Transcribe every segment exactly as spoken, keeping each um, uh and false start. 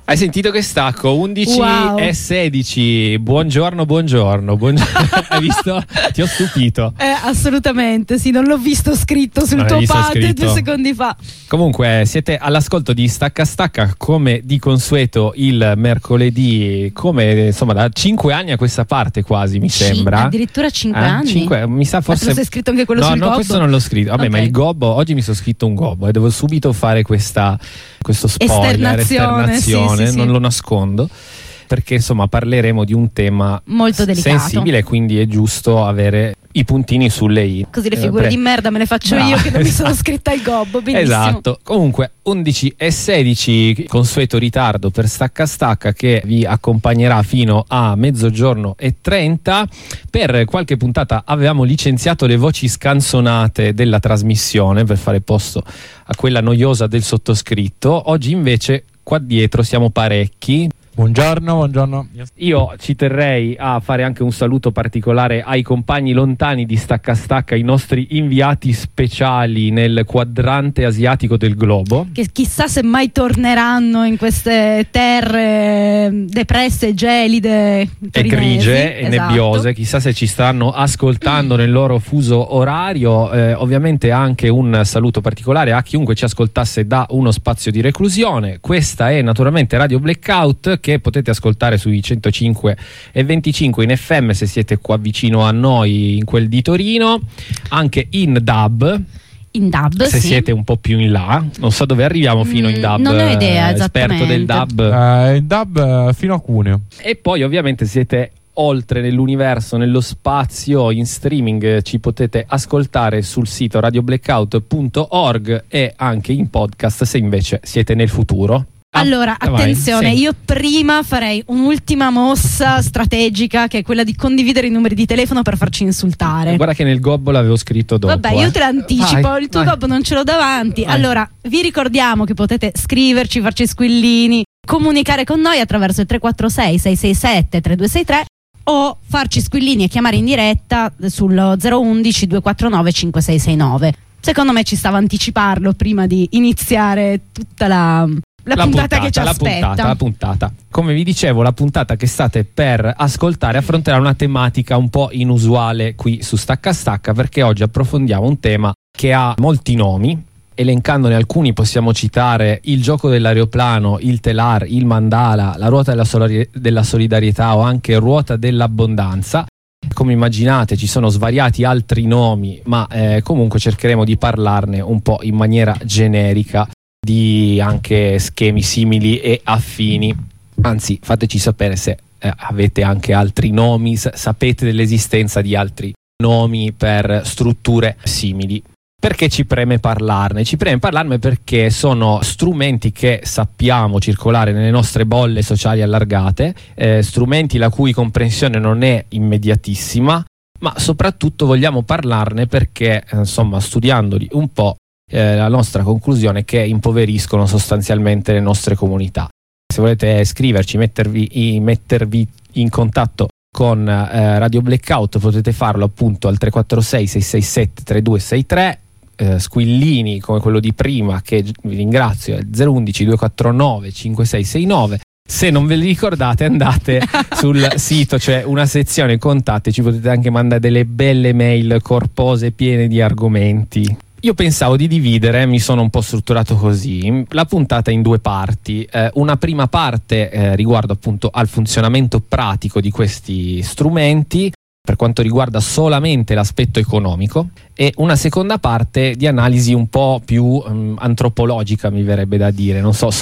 Hai sentito che stacco? undici Wow. e sedici. Buongiorno, buongiorno, buongiorno. Hai visto? Ti ho stupito. Eh, assolutamente, sì, non l'ho visto scritto sul Non tuo l'hai visto pad scritto? due secondi fa. Comunque siete all'ascolto di Stacca Stacca come di consueto il mercoledì, come insomma da cinque anni a questa parte quasi mi Cin- sembra. addirittura cinque Eh, anni? cinque, mi sa Ma forse. te lo sei scritto anche quello no, sul no, gobbo? questo non l'ho scritto. Vabbè, Ok. ma il gobbo, oggi mi sono scritto un gobbo e devo subito fare questa, questo spoiler, Esternazione, esternazione, sì, sì, sì. non lo nascondo. Perché insomma parleremo di un tema Molto delicato. sensibile, quindi è giusto avere i puntini sulle i. Così le Eh, figure pre- di merda me le faccio Brava, io che non mi sono esatto. scritta il gobbo. Benissimo. Esatto. Comunque undici e sedici, consueto ritardo per Stacca Stacca che vi accompagnerà fino a mezzogiorno e trenta. Per qualche puntata avevamo licenziato le voci scansonate della trasmissione per fare posto a quella noiosa del sottoscritto. Oggi invece qua dietro siamo parecchi. Buongiorno, buongiorno. Io ci terrei a fare anche un saluto particolare ai compagni lontani di Stacca Stacca, i nostri inviati speciali nel quadrante asiatico del globo. Che chissà se mai torneranno in queste terre depresse, gelide E torinesi. grigie e Esatto. nebbiose, chissà se ci stanno ascoltando nel loro fuso orario. Eh, ovviamente anche un saluto particolare a chiunque ci ascoltasse da uno spazio di reclusione. Questa è naturalmente Radio Blackout, che potete ascoltare sui centocinque e venticinque in F M se siete qua vicino a noi in quel di Torino, anche in D A B In D A B, se sì. siete un po' più in là. Non so dove arriviamo fino in D A B. Mm, non ne ho idea, eh, esperto del D A B. Eh, in D A B eh, fino a Cuneo. E poi ovviamente siete oltre nell'universo, nello spazio, in streaming ci potete ascoltare sul sito radio blackout punto org e anche in podcast se invece siete nel futuro. Allora, Ah, vai, attenzione, sì. io prima farei un'ultima mossa strategica, che è quella di condividere i numeri di telefono per farci insultare. Guarda che nel gobbo l'avevo scritto dopo. Vabbè, io eh. te l'anticipo, Vai, il tuo vai. gobbo non ce l'ho davanti. Vai. Allora, vi ricordiamo che potete scriverci, farci squillini, comunicare con noi attraverso il tre quattro sei sei sei sette tre due sei tre o farci squillini e chiamare in diretta sullo zero undici due quattro nove cinque sei sei nove. Secondo me ci stava anticiparlo prima di iniziare tutta la... La, puntata, che ci la aspetta. puntata, la puntata. Come vi dicevo, la puntata che state per ascoltare affronterà una tematica un po' inusuale qui su Stacca Stacca, perché oggi approfondiamo un tema che ha molti nomi. Elencandone alcuni possiamo citare il gioco dell'aeroplano, il telar, il mandala, la ruota della, solari- della solidarietà o anche ruota dell'abbondanza. Come immaginate ci sono svariati altri nomi, ma eh, comunque cercheremo di parlarne un po' in maniera generica, di anche schemi simili e affini. Anzi, fateci sapere se eh, avete anche altri nomi, s- sapete dell'esistenza di altri nomi per strutture simili. Perché ci preme parlarne? Ci preme parlarne perché sono strumenti che sappiamo circolare nelle nostre bolle sociali allargate, eh, strumenti la cui comprensione non è immediatissima, ma soprattutto vogliamo parlarne perché, eh, insomma, studiandoli un po', Eh, la nostra conclusione è che impoveriscono sostanzialmente le nostre comunità. Se volete scriverci, mettervi, i, mettervi in contatto con eh, Radio Blackout, potete farlo appunto al tre quattro sei sei sei sette tre due sei tre, eh, squillini come quello di prima che vi ringrazio, è il zero undici due quattro nove cinque sei sei nove. Se non ve li ricordate andate sul sito, c'è una sezione contatti, ci potete anche mandare delle belle mail corpose piene di argomenti. Io pensavo di dividere, mi sono un po' strutturato così, la puntata in due parti. Eh, una prima parte eh, riguardo appunto al funzionamento pratico di questi strumenti, per quanto riguarda solamente l'aspetto economico, e una seconda parte di analisi un po' più um, antropologica, mi verrebbe da dire, non so,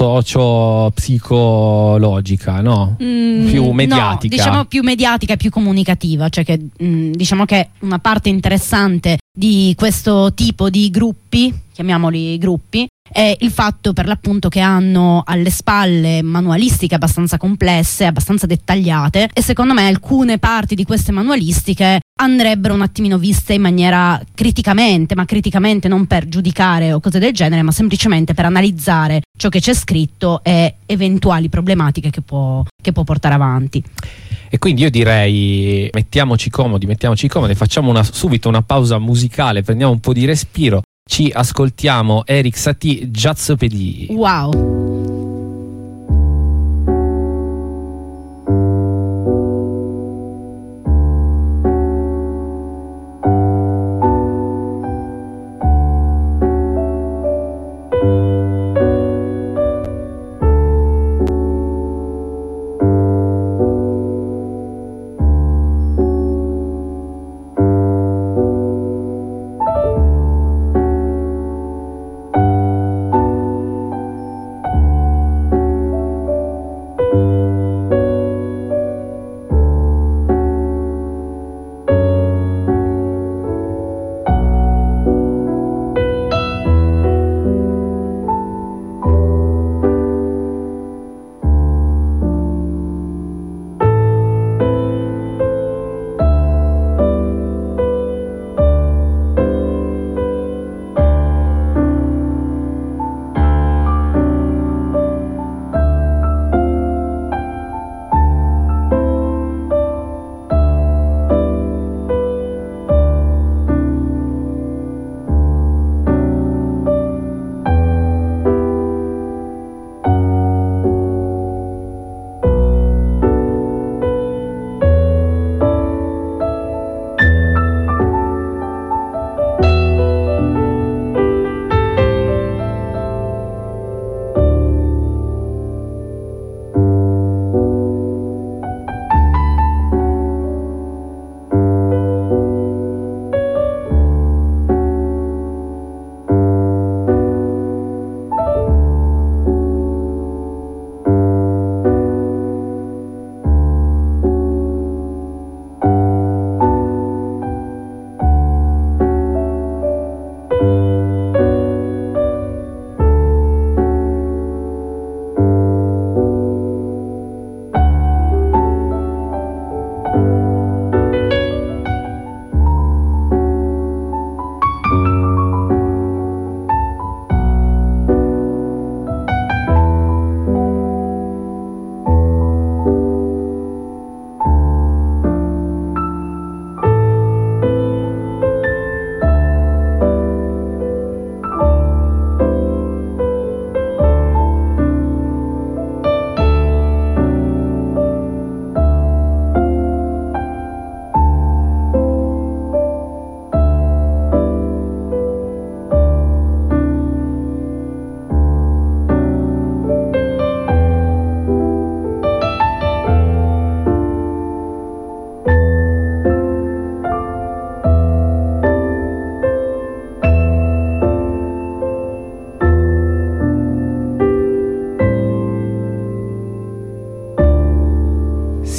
socio-psicologica, no? Mm, più mediatica. No, diciamo più mediatica e più comunicativa, cioè che mm, diciamo che una parte interessante di questo tipo di gruppi, chiamiamoli gruppi, è il fatto per l'appunto che hanno alle spalle manualistiche abbastanza complesse, abbastanza dettagliate, e secondo me alcune parti di queste manualistiche andrebbero un attimino viste in maniera criticamente, ma criticamente non per giudicare o cose del genere, ma semplicemente per analizzare ciò che c'è scritto e eventuali problematiche che può, che può portare avanti. E quindi io direi mettiamoci comodi, mettiamoci comodi, facciamo una, subito una pausa musicale, prendiamo un po' di respiro, ci ascoltiamo Erik Satie, Jazzopédie. Wow.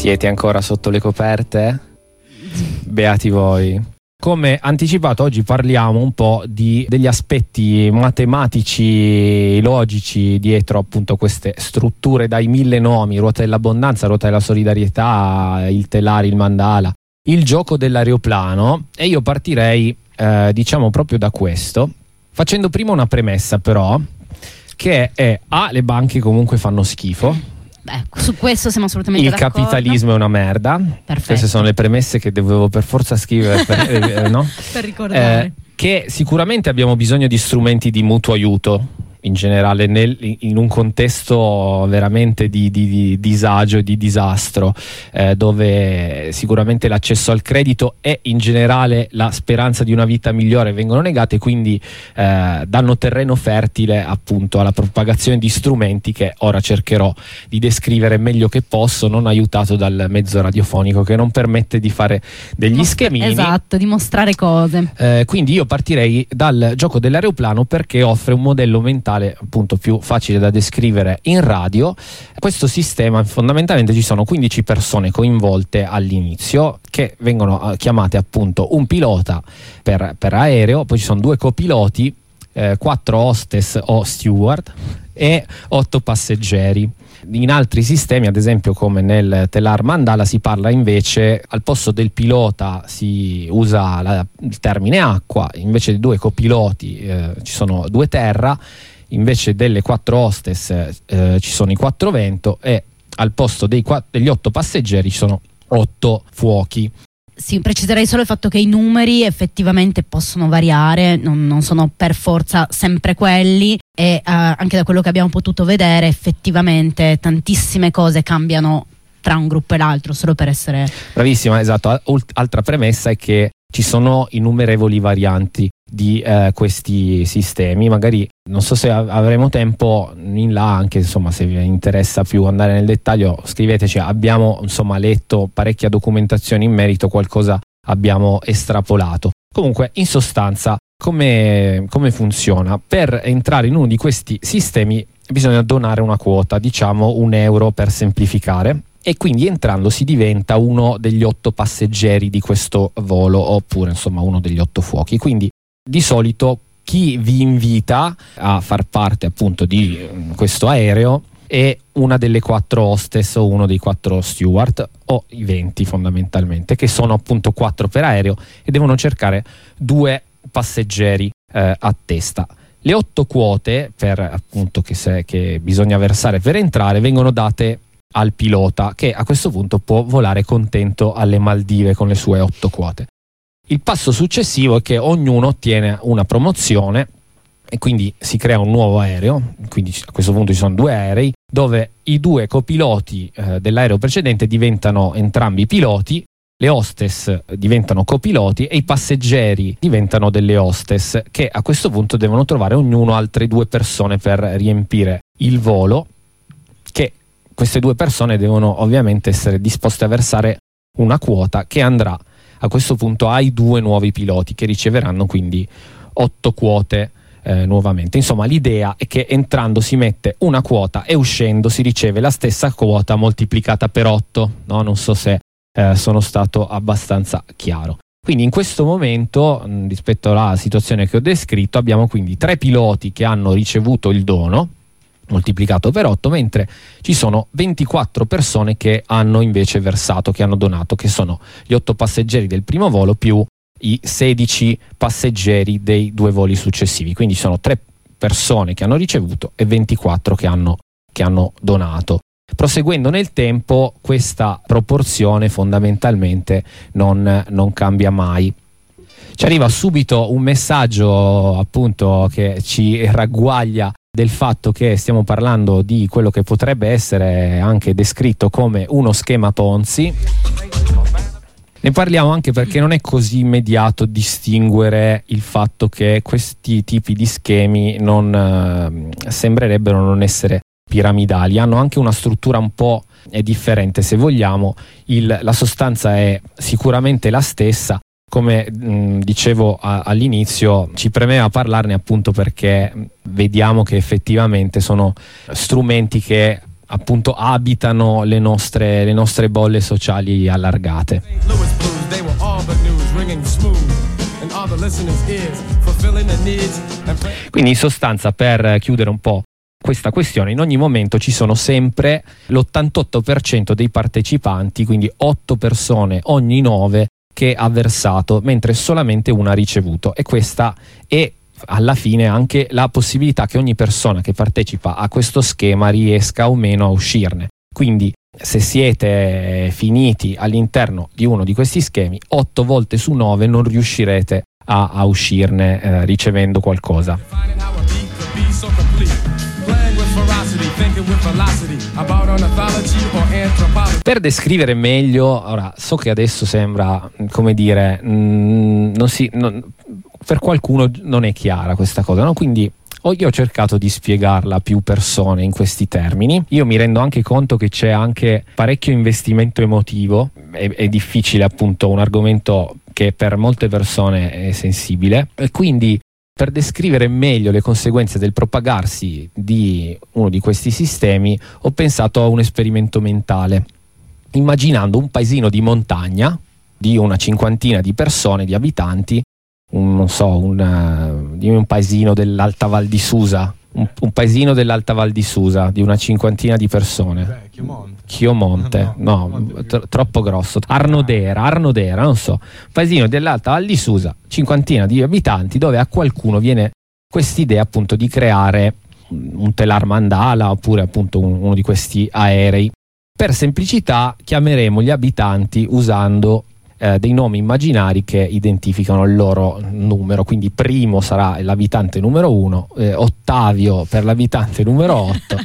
Siete ancora sotto le coperte? Beati voi. Come anticipato, oggi parliamo un po' di, degli aspetti matematici, logici dietro appunto queste strutture dai mille nomi: ruota dell'abbondanza, ruota della solidarietà, il telare, il mandala, il gioco dell'aeroplano. E io partirei eh, diciamo proprio da questo, facendo prima una premessa però, che è A, le banche comunque fanno schifo. Beh, su questo siamo assolutamente il d'accordo. capitalismo è una merda. Perfetto. Queste sono le premesse che dovevo per forza scrivere per, eh, no? per ricordare eh, che sicuramente abbiamo bisogno di strumenti di mutuo aiuto in generale nel, in un contesto veramente di, di, di disagio e di disastro, eh, dove sicuramente l'accesso al credito e in generale la speranza di una vita migliore vengono negate, quindi eh, danno terreno fertile appunto alla propagazione di strumenti che ora cercherò di descrivere meglio che posso, non aiutato dal mezzo radiofonico che non permette di fare degli Mostra- schemini. Esatto, di mostrare cose. Eh, quindi io partirei dal gioco dell'aeroplano perché offre un modello mentale appunto più facile da descrivere in radio. Questo sistema, fondamentalmente ci sono quindici persone coinvolte all'inizio, che vengono chiamate appunto un pilota per, per aereo, poi ci sono due copiloti, eh, quattro hostess o steward e otto passeggeri. In altri sistemi, ad esempio come nel Telar Mandala, si parla invece, al posto del pilota si usa la, il termine acqua, invece di due copiloti eh, ci sono due terra, invece delle quattro hostess eh, ci sono i quattro vento e al posto dei quatt- degli otto passeggeri ci sono otto fuochi. Sì, preciserei solo il fatto che i numeri effettivamente possono variare, non, non sono per forza sempre quelli, e uh, anche da quello che abbiamo potuto vedere effettivamente tantissime cose cambiano tra un gruppo e l'altro, solo per essere... Bravissima, esatto. Altra premessa è che ci sono innumerevoli varianti di eh, questi sistemi. Magari non so se avremo tempo in là, anche insomma se vi interessa più andare nel dettaglio scriveteci, abbiamo insomma letto parecchia documentazione in merito, qualcosa abbiamo estrapolato. Comunque in sostanza come, come funziona? Per entrare in uno di questi sistemi bisogna donare una quota, diciamo un euro per semplificare, e quindi entrando si diventa uno degli otto passeggeri di questo volo, oppure insomma uno degli otto fuochi. Quindi di solito chi vi invita a far parte appunto di questo aereo è una delle quattro hostess o uno dei quattro steward, o i venti fondamentalmente, che sono appunto quattro per aereo e devono cercare due passeggeri eh, a testa. Le otto quote per appunto che, se, che bisogna versare per entrare vengono date al pilota, che a questo punto può volare contento alle Maldive con le sue otto quote. Il passo successivo è che ognuno ottiene una promozione e quindi si crea un nuovo aereo. Quindi a questo punto ci sono due aerei dove i due copiloti eh, dell'aereo precedente diventano entrambi piloti, le hostess diventano copiloti e i passeggeri diventano delle hostess, che a questo punto devono trovare ognuno altre due persone per riempire il volo, che queste due persone devono ovviamente essere disposte a versare una quota che andrà a questo punto ai due nuovi piloti, che riceveranno quindi otto quote eh, nuovamente. Insomma, l'idea è che entrando si mette una quota e uscendo si riceve la stessa quota moltiplicata per otto, no? Non so se eh, sono stato abbastanza chiaro. Quindi in questo momento, mh, rispetto alla situazione che ho descritto, abbiamo quindi tre piloti che hanno ricevuto il dono moltiplicato per otto, mentre ci sono ventiquattro persone che hanno invece versato, che hanno donato, che sono gli otto passeggeri del primo volo più i sedici passeggeri dei due voli successivi. Quindi ci sono tre persone che hanno ricevuto e ventiquattro che hanno, che hanno donato. Proseguendo nel tempo, questa proporzione fondamentalmente non, non cambia mai. Ci arriva subito un messaggio appunto che ci ragguaglia del fatto che stiamo parlando di quello che potrebbe essere anche descritto come uno schema Ponzi. Ne parliamo anche perché non è così immediato distinguere il fatto che questi tipi di schemi non eh, sembrerebbero non essere piramidali, hanno anche una struttura un po' differente se vogliamo. Il, la sostanza è sicuramente la stessa. Come mh, dicevo a, all'inizio, ci premeva parlarne appunto perché vediamo che effettivamente sono strumenti che appunto abitano le nostre, le nostre bolle sociali allargate. Quindi in sostanza, per chiudere un po' questa questione, in ogni momento ci sono sempre l'ottantotto per cento dei partecipanti, quindi otto persone ogni nove che ha versato, mentre solamente una ha ricevuto, e questa è alla fine anche la possibilità che ogni persona che partecipa a questo schema riesca o meno a uscirne. Quindi se siete finiti all'interno di uno di questi schemi, otto volte su nove non riuscirete a, a uscirne eh, ricevendo qualcosa. Per descrivere meglio, ora so che adesso sembra, come dire, mh, non si, non, per qualcuno non è chiara questa cosa, no? Quindi io ho cercato di spiegarla a più persone in questi termini. Io mi rendo anche conto che c'è anche parecchio investimento emotivo, è, è difficile, appunto, un argomento che per molte persone è sensibile, e quindi per descrivere meglio le conseguenze del propagarsi di uno di questi sistemi ho pensato a un esperimento mentale, immaginando un paesino di montagna di una cinquantina di persone, di abitanti, un, non so, un, uh, un paesino dell'Alta Val di Susa, un, un paesino dell'Alta Val di Susa di una cinquantina di persone. Beh, Chiomonte. Chiomonte, no, no tro- troppo grosso. Arnodera, Arnodera, non so. Paesino dell'Alta Val di Susa, cinquantina di abitanti, dove a qualcuno viene quest'idea appunto di creare un telar mandala oppure appunto un, uno di questi aerei. Per semplicità chiameremo gli abitanti usando eh, dei nomi immaginari che identificano il loro numero, quindi primo sarà l'abitante numero uno, eh, Ottavio per l'abitante numero otto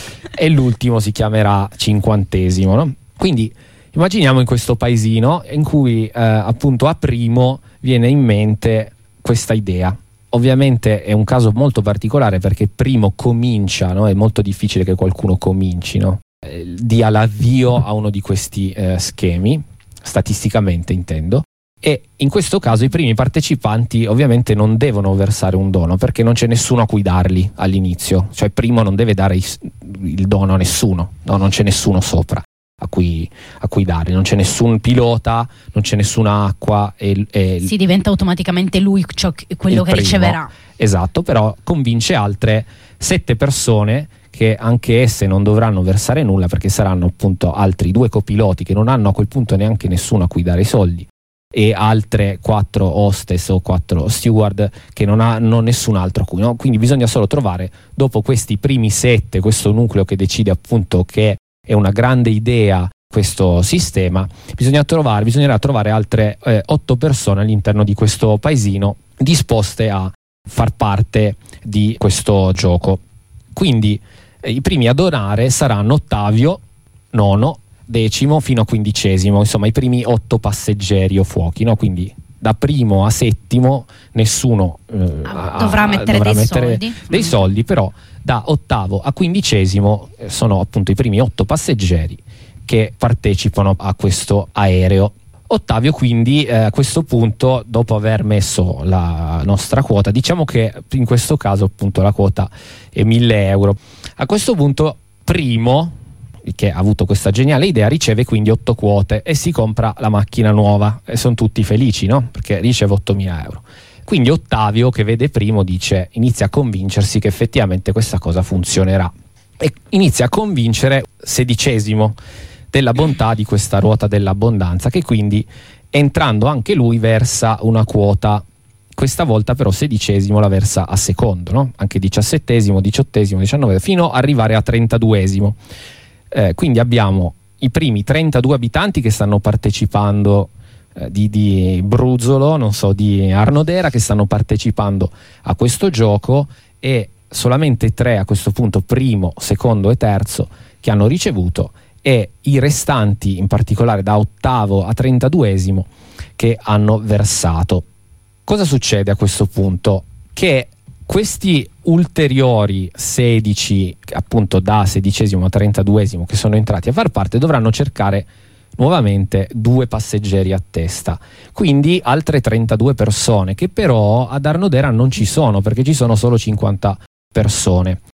e l'ultimo si chiamerà cinquantesimo, no? Quindi immaginiamo in questo paesino in cui eh, appunto a primo viene in mente questa idea. Ovviamente è un caso molto particolare perché primo comincia, no? È molto difficile che qualcuno cominci, no? Eh, dia l'avvio a uno di questi eh, schemi, statisticamente intendo, e in questo caso i primi partecipanti ovviamente non devono versare un dono perché non c'è nessuno a cui darli all'inizio, cioè primo non deve dare il dono a nessuno, no? Non c'è nessuno sopra a cui, a cui dare, non c'è nessun pilota, non c'è nessuna acqua e, e si diventa automaticamente lui ciò, quello che primo riceverà. Esatto, però convince altre sette persone che anche esse non dovranno versare nulla perché saranno appunto altri due copiloti che non hanno a quel punto neanche nessuno a cui dare i soldi e altre quattro hostess o quattro steward che non hanno nessun altro a cui, no? Quindi bisogna solo trovare, dopo questi primi sette, questo nucleo che decide appunto che è una grande idea questo sistema, bisogna trovare, bisognerà trovare altre eh, otto persone all'interno di questo paesino disposte a far parte di questo gioco. Quindi eh, i primi a donare saranno Ottavio, nono, decimo fino a quindicesimo, insomma i primi otto passeggeri o fuochi, no? Quindi da primo a settimo nessuno eh, ah, dovrà mettere, dovrà dei, mettere soldi. dei soldi, però da ottavo a quindicesimo eh, sono appunto i primi otto passeggeri che partecipano a questo aereo. Ottavio quindi eh, a questo punto, dopo aver messo la nostra quota, diciamo che in questo caso appunto la quota è mille euro, a questo punto primo, che ha avuto questa geniale idea, riceve quindi otto quote e si compra la macchina nuova e sono tutti felici, no? Perché riceve ottomila euro. Quindi Ottavio, che vede primo, dice, inizia a convincersi che effettivamente questa cosa funzionerà e inizia a convincere sedicesimo della bontà di questa ruota dell'abbondanza, che quindi entrando anche lui versa una quota. Questa volta però sedicesimo la versa a secondo, no? Anche diciassettesimo, diciottesimo, diciannovesimo, fino ad arrivare a trentaduesimo. Eh, quindi abbiamo i primi trentadue abitanti che stanno partecipando eh, di, di Bruzzolo, non so, di Arnodera, che stanno partecipando a questo gioco, e solamente tre a questo punto, primo, secondo e terzo, che hanno ricevuto, e i restanti, in particolare da ottavo a trentaduesimo, che hanno versato. Cosa succede a questo punto? Che questi ulteriori sedici, appunto da sedicesimo a trentaduesimo, che sono entrati a far parte, dovranno cercare nuovamente due passeggeri a testa, quindi altre trentadue persone, che però ad Arnodera non ci sono perché ci sono solo cinquanta persone.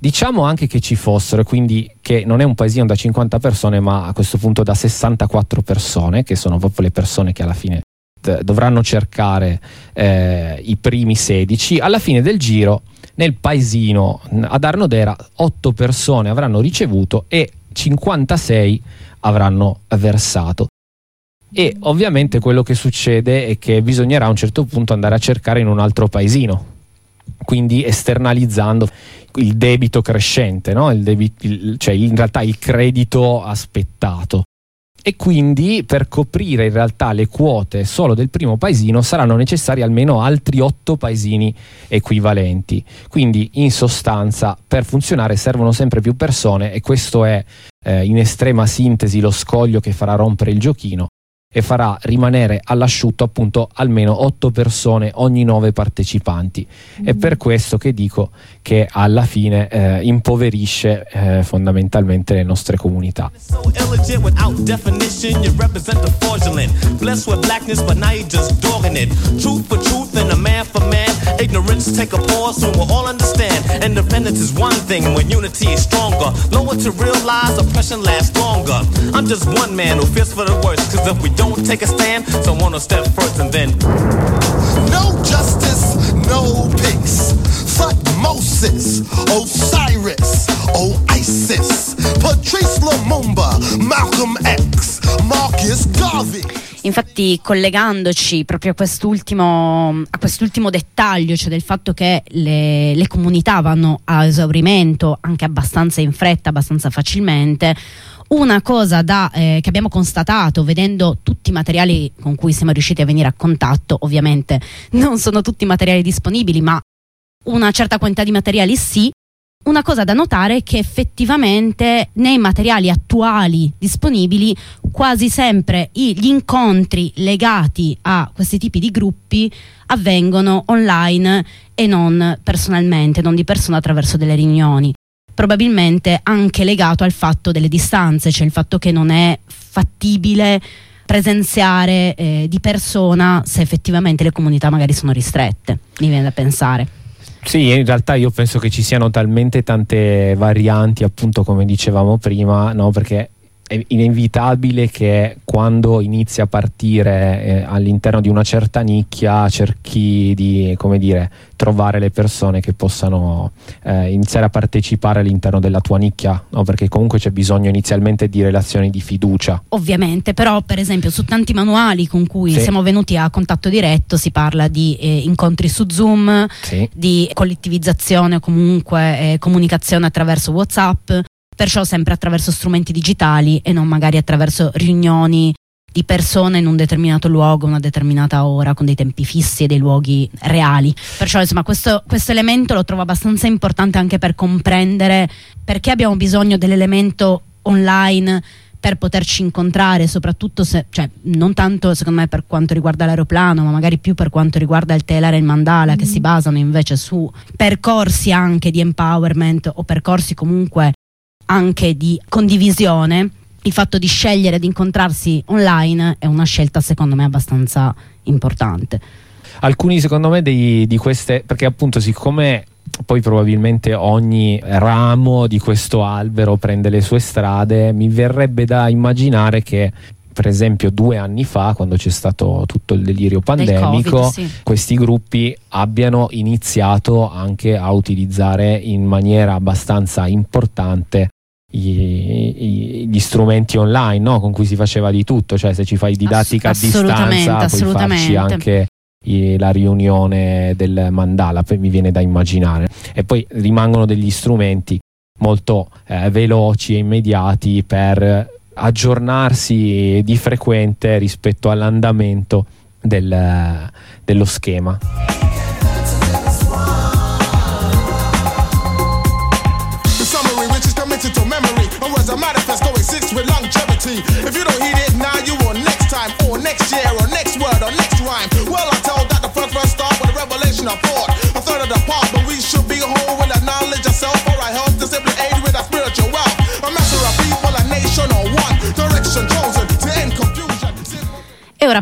Diciamo anche che ci fossero, quindi che non è un paesino da cinquanta persone, ma a questo punto da sessantaquattro persone, che sono proprio le persone che alla fine t- dovranno cercare eh, i primi sedici. Alla fine del giro, nel paesino ad Arnodera, otto persone avranno ricevuto e cinquantasei avranno versato. E ovviamente quello che succede è che bisognerà a un certo punto andare a cercare in un altro paesino, quindi esternalizzando il debito crescente, no? il debito, il, cioè in realtà il credito aspettato. E quindi per coprire in realtà le quote solo del primo paesino saranno necessari almeno altri otto paesini equivalenti. Quindi in sostanza per funzionare servono sempre più persone, e questo è eh, in estrema sintesi lo scoglio che farà rompere il giochino e farà rimanere all'asciutto appunto almeno otto persone ogni nove partecipanti. Mm-hmm. È per questo che dico che alla fine eh, impoverisce eh, fondamentalmente le nostre comunità. Don't take a stand, someone will step first and then no justice, no peace. Thutmose, Osiris, Oasis, Patrice Lumumba, Malcolm X, Marcus Garvey. Infatti, collegandoci proprio a quest'ultimo, a quest'ultimo dettaglio, cioè del fatto che le, le comunità vanno a esaurimento anche abbastanza in fretta, abbastanza facilmente, una cosa da, eh, che abbiamo constatato vedendo tutti i materiali con cui siamo riusciti a venire a contatto, ovviamente non sono tutti materiali disponibili, ma una certa quantità di materiali sì. Una cosa da notare è che effettivamente nei materiali attuali disponibili quasi sempre gli incontri legati a questi tipi di gruppi avvengono online e non personalmente, non di persona attraverso delle riunioni. Probabilmente anche legato al fatto delle distanze, cioè il fatto che non è fattibile presenziare eh, di persona se effettivamente le comunità magari sono ristrette, mi viene da pensare. Sì, in realtà io penso che ci siano talmente tante varianti, appunto come dicevamo prima, no? Perché è inevitabile che quando inizia a partire eh, all'interno di una certa nicchia cerchi di, come dire, trovare le persone che possano eh, iniziare a partecipare all'interno della tua nicchia, no? Perché comunque c'è bisogno inizialmente di relazioni di fiducia. Ovviamente, però per esempio su tanti manuali con cui sì. siamo venuti a contatto diretto si parla di eh, incontri su Zoom, sì. di collettivizzazione o comunque eh, comunicazione attraverso WhatsApp, perciò sempre attraverso strumenti digitali e non magari attraverso riunioni di persone in un determinato luogo, una determinata ora, con dei tempi fissi e dei luoghi reali. Perciò insomma questo, questo elemento lo trovo abbastanza importante anche per comprendere perché abbiamo bisogno dell'elemento online per poterci incontrare, soprattutto se, cioè non tanto secondo me per quanto riguarda l'aeroplano, ma magari più per quanto riguarda il Telare e il Mandala, mm. che si basano invece su percorsi anche di empowerment o percorsi comunque anche di condivisione. Il fatto di scegliere di incontrarsi online è una scelta secondo me abbastanza importante. Alcuni secondo me dei, di queste, perché appunto siccome poi probabilmente ogni ramo di questo albero prende le sue strade, mi verrebbe da immaginare che per esempio due anni fa, quando c'è stato tutto il delirio pandemico, COVID, sì. questi gruppi abbiano iniziato anche a utilizzare in maniera abbastanza importante Gli, gli strumenti online, no? Con cui si faceva di tutto, cioè se ci fai didattica a distanza puoi farci anche i, la riunione del mandala, mi viene da immaginare. E poi rimangono degli strumenti molto eh, veloci e immediati per aggiornarsi di frequente rispetto all'andamento del, dello schema. To memory, and was a manifest going six with longevity. If you don't heed it now, you will next time, or next year, or next word, or next rhyme. Well, I told that the first verse start with a revelation of thought. A third of the part, but we should be whole with that knowledge of self, or our health to simply aid with our spiritual wealth. A master of people, a nation, or one direction chosen to end confusion. E ora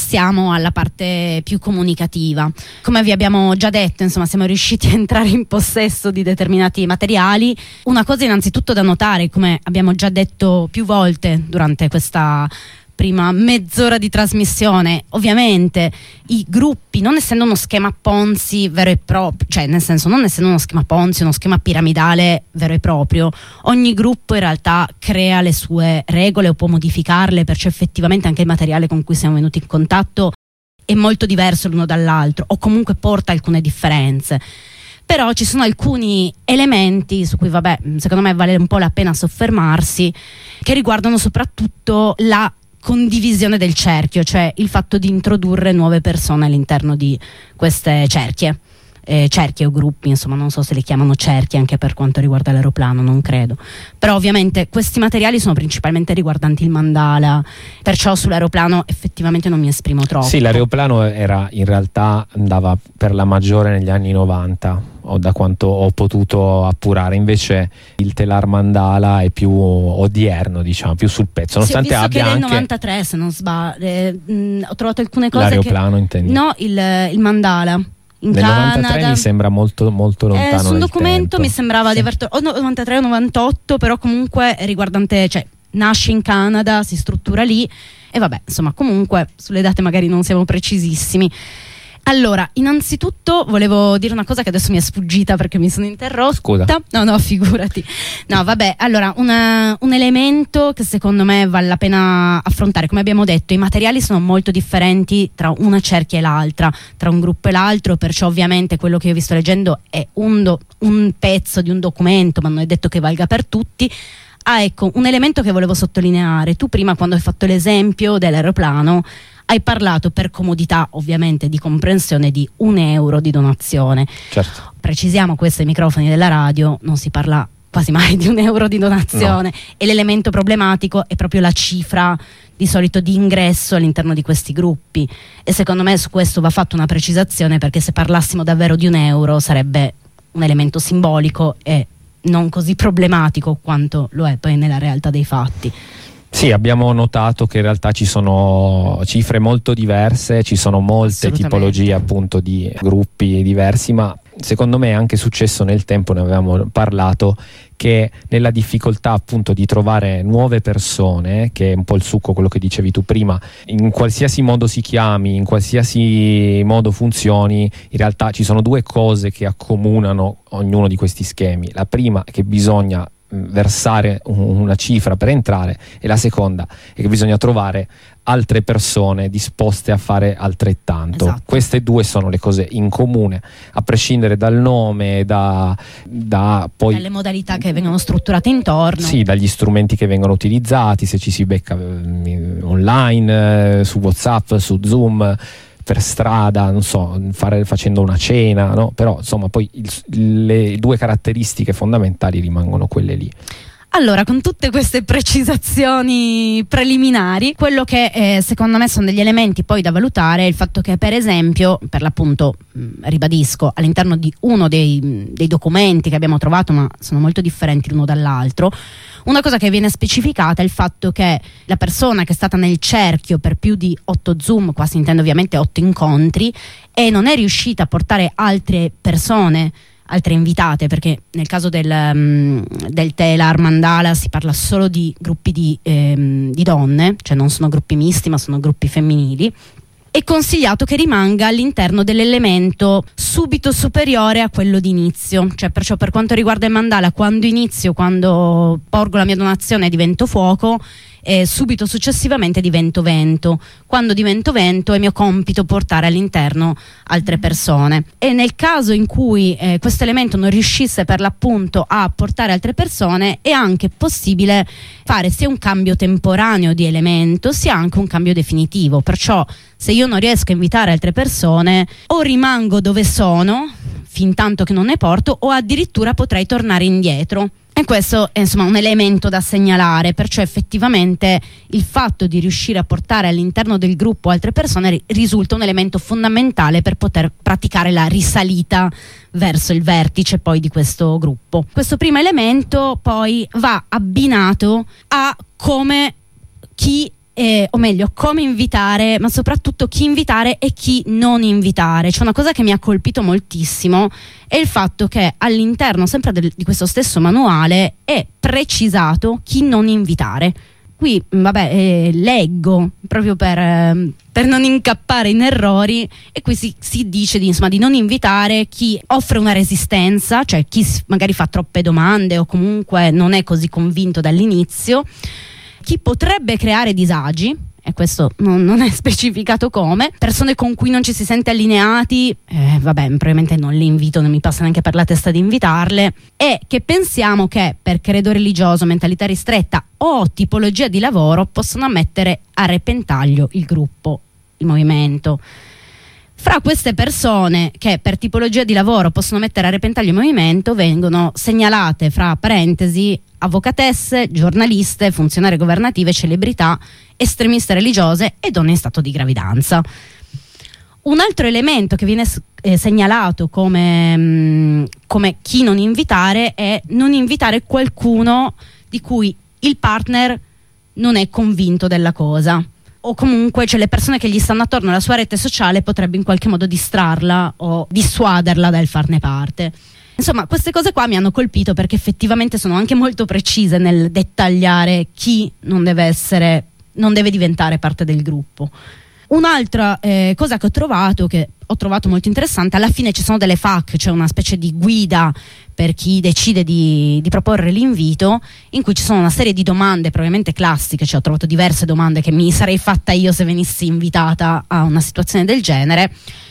passiamo alla parte più comunicativa. Come vi abbiamo già detto, insomma, siamo riusciti a entrare in possesso di determinati materiali. Una cosa innanzitutto da notare, come abbiamo già detto più volte durante questa prima mezz'ora di trasmissione, ovviamente i gruppi, non essendo uno schema Ponzi vero e proprio, cioè nel senso non essendo uno schema Ponzi, uno schema piramidale vero e proprio, ogni gruppo in realtà crea le sue regole o può modificarle, perciò effettivamente anche il materiale con cui siamo venuti in contatto è molto diverso l'uno dall'altro o comunque porta alcune differenze. Però ci sono alcuni elementi su cui, vabbè, secondo me vale un po' la pena soffermarsi, che riguardano soprattutto la condivisione del cerchio, cioè il fatto di introdurre nuove persone all'interno di queste cerchie, eh, cerchie o gruppi, insomma non so se le chiamano cerchie anche per quanto riguarda l'aeroplano, non credo, però ovviamente questi materiali sono principalmente riguardanti il mandala, perciò sull'aeroplano effettivamente non mi esprimo troppo. Sì, l'aeroplano era in realtà andava per la maggiore negli anni novanta, o da quanto ho potuto appurare, invece il telar mandala è più odierno, diciamo, più sul pezzo, nonostante sì, ho visto abbia che è del anche novantatré, se non sbaglio, eh, mh, ho trovato alcune cose l'aeroplano, che... intendi? No, il, il mandala in nel Canada. novantatré mi sembra molto molto lontano eh, sul nel documento tempo. mi sembrava sì. di aver o novantatré o novantotto, però comunque riguardante, cioè nasce in Canada, si struttura lì e vabbè, insomma, comunque sulle date magari non siamo precisissimi. Allora, innanzitutto volevo dire una cosa che adesso mi è sfuggita perché mi sono interrotta. Scusa. No, no, figurati. No, vabbè, allora, una, un elemento che secondo me vale la pena affrontare, come abbiamo detto, i materiali sono molto differenti tra una cerchia e l'altra, tra un gruppo e l'altro, perciò ovviamente quello che io vi sto leggendo è un, do, un pezzo di un documento, ma non è detto che valga per tutti. Ah, ecco, un elemento che volevo sottolineare. Tu prima, quando hai fatto l'esempio dell'aeroplano, hai parlato, per comodità ovviamente di comprensione, di un euro di donazione. Certo. Precisiamo questo ai microfoni della radio, non si parla quasi mai di un euro di donazione, no. E l'elemento problematico è proprio la cifra di solito di ingresso all'interno di questi gruppi, e secondo me su questo va fatta una precisazione, perché se parlassimo davvero di un euro sarebbe un elemento simbolico e non così problematico quanto lo è poi nella realtà dei fatti. Sì, abbiamo notato che in realtà ci sono cifre molto diverse, ci sono molte tipologie appunto di gruppi diversi, ma secondo me è anche successo nel tempo, ne avevamo parlato, che nella difficoltà appunto di trovare nuove persone, che è un po' il succo quello che dicevi tu prima, in qualsiasi modo si chiami, in qualsiasi modo funzioni, in realtà ci sono due cose che accomunano ognuno di questi schemi. La prima è che bisogna versare una cifra per entrare, e la seconda è che bisogna trovare altre persone disposte a fare altrettanto. Esatto. Queste due sono le cose in comune, a prescindere dal nome, da, da poi dalle modalità che vengono strutturate intorno. Sì, dagli strumenti che vengono utilizzati, se ci si becca eh, online, eh, su WhatsApp, su Zoom, per strada, non so, fare, facendo una cena, no? Però insomma poi il, le due caratteristiche fondamentali rimangono quelle lì. Allora, con tutte queste precisazioni preliminari, quello che eh, secondo me sono degli elementi poi da valutare è il fatto che, per esempio, per l'appunto, mh, ribadisco, all'interno di uno dei, dei documenti che abbiamo trovato, ma sono molto differenti l'uno dall'altro, una cosa che viene specificata è il fatto che la persona che è stata nel cerchio per più di otto Zoom, qua si intende ovviamente otto incontri, e non è riuscita a portare altre persone, altre invitate, perché nel caso del, um, del telar mandala si parla solo di gruppi di, ehm, di donne, cioè non sono gruppi misti ma sono gruppi femminili. È consigliato che rimanga all'interno dell'elemento subito superiore a quello di inizio, cioè perciò per quanto riguarda il mandala, quando inizio, quando porgo la mia donazione divento fuoco, e subito successivamente divento vento. Quando divento vento è mio compito portare all'interno altre persone, e nel caso in cui eh, questo elemento non riuscisse per l'appunto a portare altre persone, è anche possibile fare sia un cambio temporaneo di elemento sia anche un cambio definitivo. Perciò se io non riesco a invitare altre persone, o rimango dove sono fin tanto che non ne porto, o addirittura potrei tornare indietro. E questo è insomma un elemento da segnalare, perciò effettivamente il fatto di riuscire a portare all'interno del gruppo altre persone risulta un elemento fondamentale per poter praticare la risalita verso il vertice poi di questo gruppo. Questo primo elemento poi va abbinato a come chi eh, o meglio come invitare, ma soprattutto chi invitare e chi non invitare. C'è una cosa che mi ha colpito moltissimo, è il fatto che all'interno sempre del, di questo stesso manuale è precisato chi non invitare. Qui vabbè eh, leggo proprio per, eh, per non incappare in errori, e qui si, si dice di, insomma, di non invitare chi offre una resistenza, cioè chi magari fa troppe domande o comunque non è così convinto dall'inizio, chi potrebbe creare disagi, e questo non, non è specificato come, persone con cui non ci si sente allineati, eh, vabbè probabilmente non le invito, non mi passa neanche per la testa di invitarle, e che pensiamo che per credo religioso, mentalità ristretta o tipologia di lavoro possono mettere a repentaglio il gruppo, il movimento. Fra queste persone che per tipologia di lavoro possono mettere a repentaglio il movimento vengono segnalate fra parentesi avvocatesse, giornaliste, funzionarie governative, celebrità, estremiste religiose e donne in stato di gravidanza. Un altro elemento che viene eh, segnalato come, mh, come chi non invitare è non invitare qualcuno di cui il partner non è convinto della cosa, o comunque cioè le persone che gli stanno attorno alla sua rete sociale potrebbe in qualche modo distrarla o dissuaderla dal farne parte. Insomma, queste cose qua mi hanno colpito perché effettivamente sono anche molto precise nel dettagliare chi non deve essere, non deve diventare parte del gruppo. Un'altra eh, cosa che ho trovato, che ho trovato molto interessante, alla fine ci sono delle F A Q, cioè una specie di guida per chi decide di, di proporre l'invito, in cui ci sono una serie di domande probabilmente classiche, cioè ho trovato diverse domande che mi sarei fatta io se venissi invitata a una situazione del genere,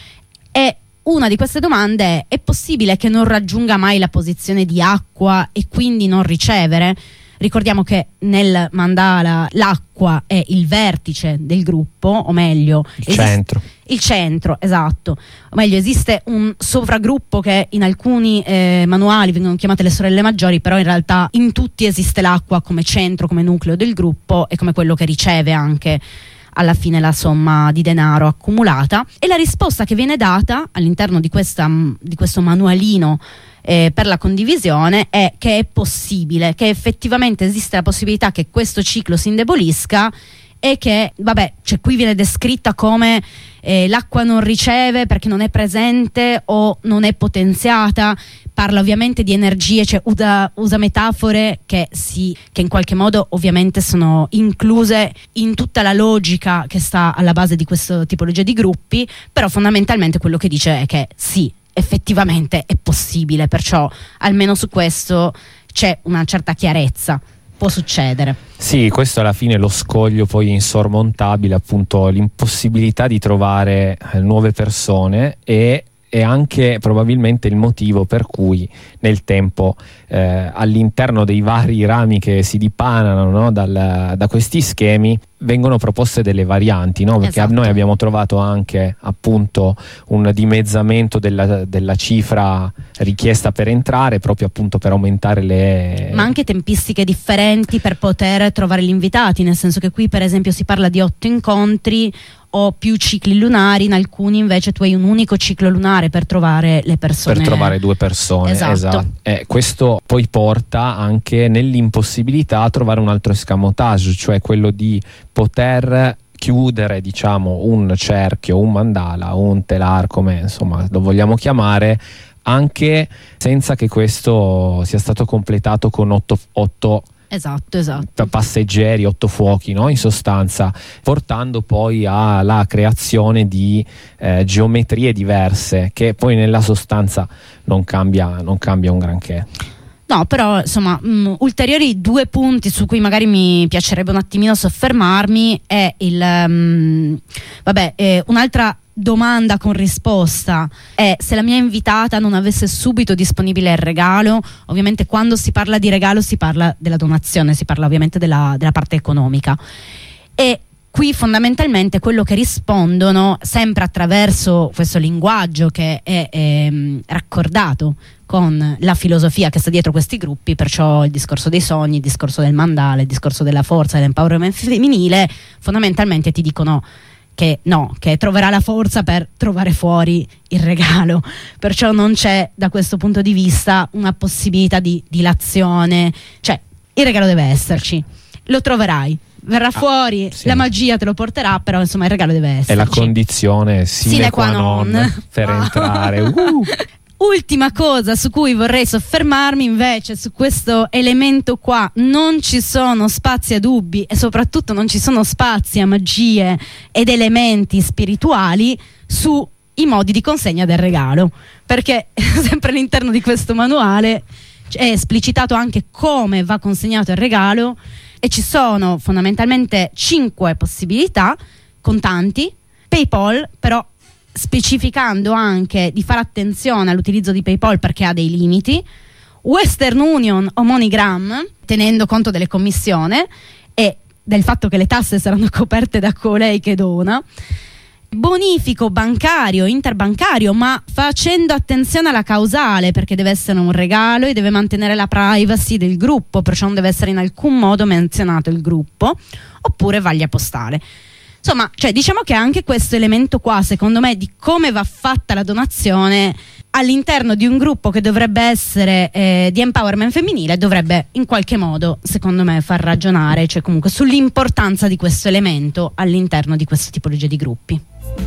e una di queste domande è: è possibile che non raggiunga mai la posizione di acqua e quindi non ricevere? Ricordiamo che nel mandala l'acqua è il vertice del gruppo, o meglio il centro. Il centro, esatto. O meglio, esiste un sovragruppo che in alcuni eh, manuali vengono chiamate le sorelle maggiori, però in realtà in tutti esiste l'acqua come centro, come nucleo del gruppo e come quello che riceve anche alla fine la somma di denaro accumulata. E la risposta che viene data all'interno di, questa, di questo manualino eh, per la condivisione è che è possibile, che effettivamente esiste la possibilità che questo ciclo si indebolisca, e che, vabbè, cioè qui viene descritta come eh, l'acqua non riceve perché non è presente o non è potenziata. Parla ovviamente di energie, cioè usa, usa metafore che, si, che in qualche modo ovviamente sono incluse in tutta la logica che sta alla base di questa tipologia di gruppi, però fondamentalmente quello che dice è che sì, effettivamente è possibile, perciò almeno su questo c'è una certa chiarezza. Può succedere. Sì, questo alla fine è lo scoglio poi insormontabile, appunto l'impossibilità di trovare eh, nuove persone, e e anche probabilmente il motivo per cui nel tempo eh, all'interno dei vari rami che si dipanano, no, dal, da questi schemi vengono proposte delle varianti, no? Perché esatto. Noi abbiamo trovato anche appunto un dimezzamento della, della cifra richiesta per entrare, proprio appunto per aumentare le... Ma anche tempistiche differenti per poter trovare gli invitati, nel senso che qui per esempio si parla di otto incontri o più cicli lunari, in alcuni invece tu hai un unico ciclo lunare per trovare le persone, per trovare due persone. Esatto, esatto. Eh, questo poi porta anche nell'impossibilità a trovare un altro escamotage, cioè quello di poter chiudere, diciamo, un cerchio, un mandala, un telar, come insomma lo vogliamo chiamare, anche senza che questo sia stato completato con otto, otto Esatto, esatto. passeggeri, otto fuochi, no? In sostanza, portando poi alla creazione di eh, geometrie diverse, che poi nella sostanza non cambia, non cambia un granché. No, però insomma mh, ulteriori due punti su cui magari mi piacerebbe un attimino soffermarmi è il um, vabbè eh, un'altra domanda con risposta è se la mia invitata non avesse subito disponibile il regalo. Ovviamente quando si parla di regalo si parla della donazione, si parla ovviamente della, della parte economica, e qui fondamentalmente quello che rispondono sempre attraverso questo linguaggio che è, è raccordato con la filosofia che sta dietro questi gruppi, perciò il discorso dei sogni, il discorso del mandala, il discorso della forza e dell'empowerment femminile, fondamentalmente ti dicono che no, che troverà la forza per trovare fuori il regalo, perciò non c'è da questo punto di vista una possibilità di dilazione, cioè il regalo deve esserci, lo troverai, verrà fuori, ah, sì. la magia te lo porterà, però insomma il regalo deve essere. È la condizione sine qua non per Ah. entrare. Uh. Ultima cosa su cui vorrei soffermarmi invece, su questo elemento qua: non ci sono spazi a dubbi e soprattutto non ci sono spazi a magie ed elementi spirituali sui modi di consegna del regalo, perché sempre all'interno di questo manuale è esplicitato anche come va consegnato il regalo e ci sono fondamentalmente cinque possibilità: contanti, PayPal, però specificando anche di fare attenzione all'utilizzo di PayPal perché ha dei limiti, Western Union o MoneyGram, tenendo conto delle commissioni e del fatto che le tasse saranno coperte da colei che dona, bonifico bancario, interbancario, ma facendo attenzione alla causale, perché deve essere un regalo e deve mantenere la privacy del gruppo, perciò non deve essere in alcun modo menzionato il gruppo, oppure vaglia postale. Insomma, cioè, diciamo che anche questo elemento qua, secondo me, di come va fatta la donazione all'interno di un gruppo che dovrebbe essere eh, di empowerment femminile, dovrebbe in qualche modo, secondo me, far ragionare, cioè comunque sull'importanza di questo elemento all'interno di questa tipologia di gruppi.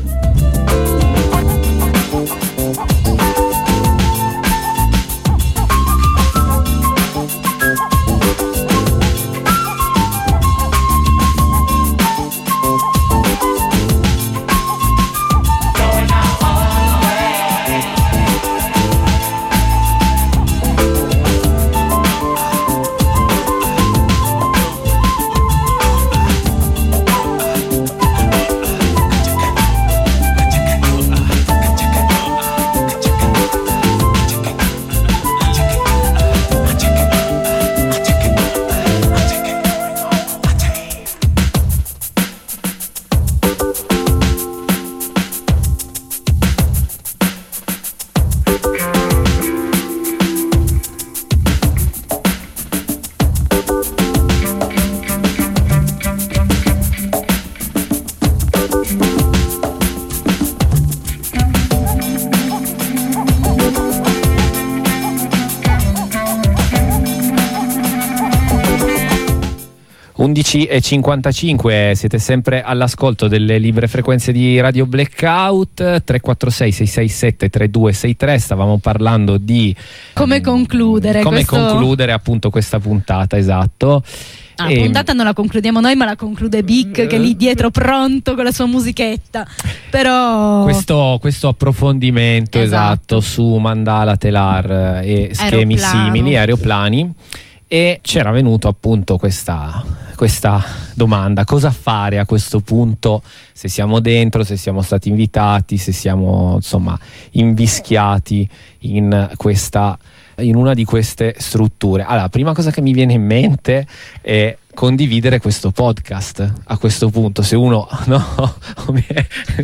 undici e cinquantacinque, siete sempre all'ascolto delle libere frequenze di Radio Blackout. Tre quattro sei sei sei sette tre due sei tre. Stavamo parlando di come concludere come questo... concludere appunto questa puntata, esatto. Ah, la puntata non la concludiamo noi, ma la conclude Bic, che è lì dietro pronto con la sua musichetta. Però questo, questo approfondimento esatto. esatto su mandala, telar e schemi Aeroplano. simili, aeroplani, e c'era venuto appunto questa, questa domanda: cosa fare a questo punto, se siamo dentro, se siamo stati invitati, se siamo insomma invischiati in questa in una di queste strutture. Allora, la prima cosa che mi viene in mente è condividere questo podcast a questo punto, se uno no eh,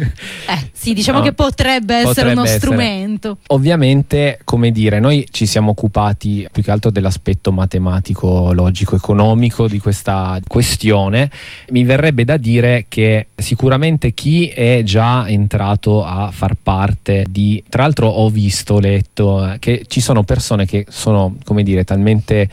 sì, diciamo no, che potrebbe essere potrebbe uno essere. strumento. Ovviamente, come dire, noi ci siamo occupati più che altro dell'aspetto matematico, logico, economico di questa questione. Mi verrebbe da dire che sicuramente chi è già entrato a far parte di, tra l'altro ho visto, letto eh, che ci sono persone che sono, come dire, talmente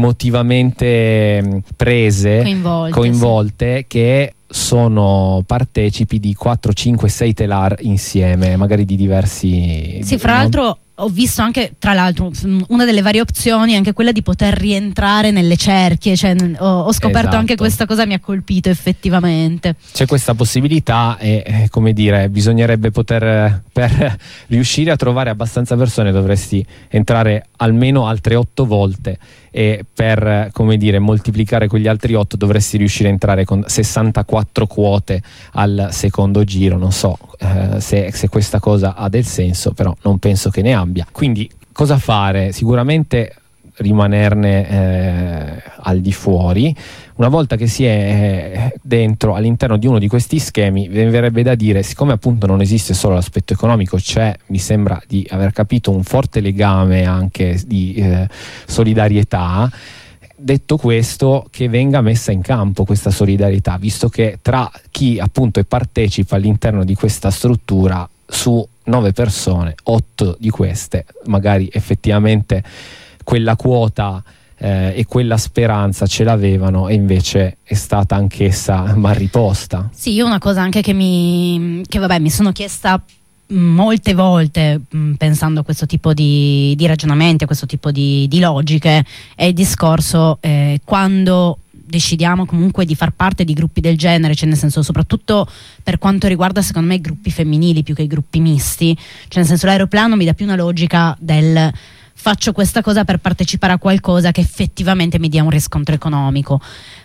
emotivamente prese coinvolte, coinvolte sì. che sono partecipi di quattro, cinque, sei telar insieme, magari di diversi. Sì, fra non... l'altro ho visto anche, tra l'altro, una delle varie opzioni è anche quella di poter rientrare nelle cerchie, cioè, ho, ho scoperto esatto. anche questa cosa, mi ha colpito effettivamente. C'è questa possibilità e, eh, come dire, bisognerebbe poter, per riuscire a trovare abbastanza persone dovresti entrare almeno altre otto volte, e per, come dire, moltiplicare quegli altri otto dovresti riuscire a entrare con sessantaquattro quote al secondo giro. Non so eh, se, se questa cosa ha del senso, però non penso che ne abbia. Quindi cosa fare? Sicuramente rimanerne eh, al di fuori. Una volta che si è dentro all'interno di uno di questi schemi, mi verrebbe da dire, siccome appunto non esiste solo l'aspetto economico, c'è, mi sembra di aver capito, un forte legame anche di eh, solidarietà. Detto questo, che venga messa in campo questa solidarietà, visto che tra chi appunto partecipa all'interno di questa struttura, su nove persone, otto di queste magari effettivamente quella quota eh, e quella speranza ce l'avevano e invece è stata anch'essa mal riposta. Sì, io una cosa anche che mi, che vabbè, mi sono chiesta molte volte mh, pensando a questo tipo di, di ragionamenti, a questo tipo di, di logiche, è il discorso eh, quando decidiamo comunque di far parte di gruppi del genere, cioè nel senso soprattutto per quanto riguarda secondo me i gruppi femminili più che i gruppi misti, cioè nel senso l'aeroplano mi dà più una logica del faccio questa cosa per partecipare a qualcosa che effettivamente mi dia un riscontro economico,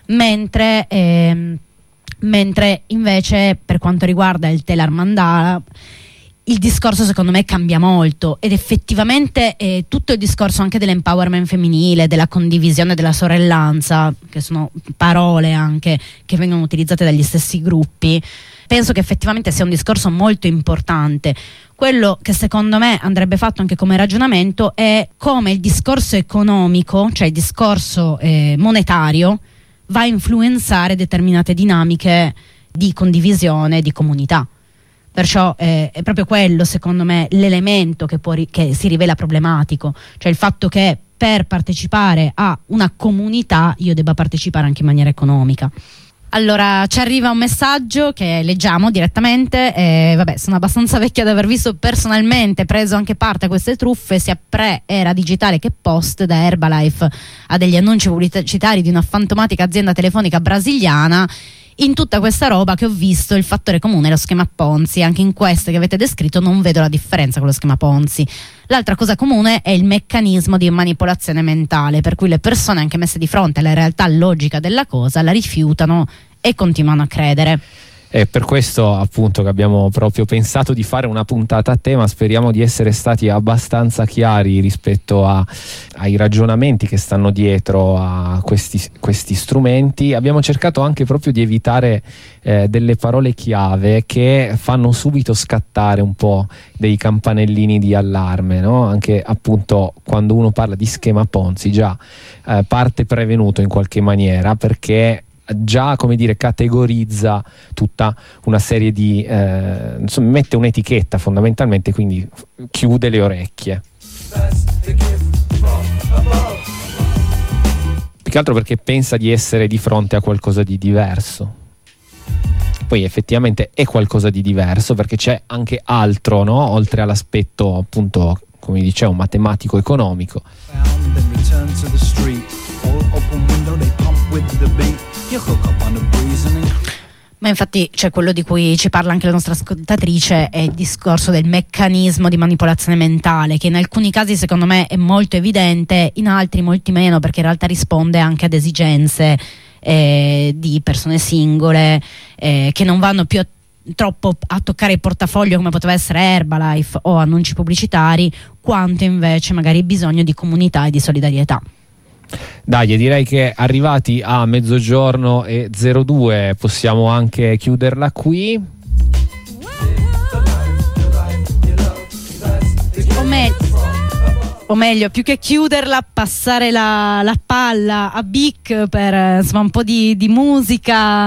mentre ehm, mentre invece per quanto riguarda il Telar Mandala il discorso secondo me cambia molto ed effettivamente eh, tutto il discorso anche dell'empowerment femminile, della condivisione, della sorellanza, che sono parole anche che vengono utilizzate dagli stessi gruppi, penso che effettivamente sia un discorso molto importante. Quello che secondo me andrebbe fatto anche come ragionamento è come il discorso economico, cioè il discorso eh, monetario, va a influenzare determinate dinamiche di condivisione, di comunità. Perciò eh, è proprio quello, secondo me, l'elemento che, può ri- che si rivela problematico, cioè il fatto che per partecipare a una comunità io debba partecipare anche in maniera economica. Allora ci arriva un messaggio che leggiamo direttamente, eh, vabbè sono abbastanza vecchia ad aver visto personalmente, preso anche parte a queste truffe sia pre-era digitale che post, da Herbalife a degli annunci pubblicitari di una fantomatica azienda telefonica brasiliana. In tutta questa roba che ho visto il fattore comune è lo schema Ponzi, anche in queste che avete descritto non vedo la differenza con lo schema Ponzi. L'altra cosa comune è il meccanismo di manipolazione mentale, per cui le persone anche messe di fronte alla realtà logica della cosa la rifiutano e continuano a credere. È per questo appunto che abbiamo proprio pensato di fare una puntata a tema. Speriamo di essere stati abbastanza chiari rispetto a, ai ragionamenti che stanno dietro a questi, questi strumenti. Abbiamo cercato anche proprio di evitare eh, delle parole chiave che fanno subito scattare un po' dei campanellini di allarme, no? Anche appunto quando uno parla di schema Ponzi già eh, parte prevenuto in qualche maniera, perché già, come dire, categorizza tutta una serie di eh, insomma, mette un'etichetta fondamentalmente, quindi chiude le orecchie. Più che altro perché pensa di essere di fronte a qualcosa di diverso. Poi effettivamente è qualcosa di diverso perché c'è anche altro, no? Oltre all'aspetto appunto, come dicevo, matematico economico. Ma infatti c'è quello di cui ci parla anche la nostra ascoltatrice, è il discorso del meccanismo di manipolazione mentale, che in alcuni casi secondo me è molto evidente, in altri molti meno, perché in realtà risponde anche ad esigenze eh, di persone singole eh, che non vanno più a, troppo a toccare il portafoglio come poteva essere Herbalife o annunci pubblicitari, quanto invece magari bisogno di comunità e di solidarietà. Dai, direi che arrivati a mezzogiorno e zero due possiamo anche chiuderla qui. O, me- o meglio, più che chiuderla, passare la, la palla a Bic per insomma un po' di, di musica.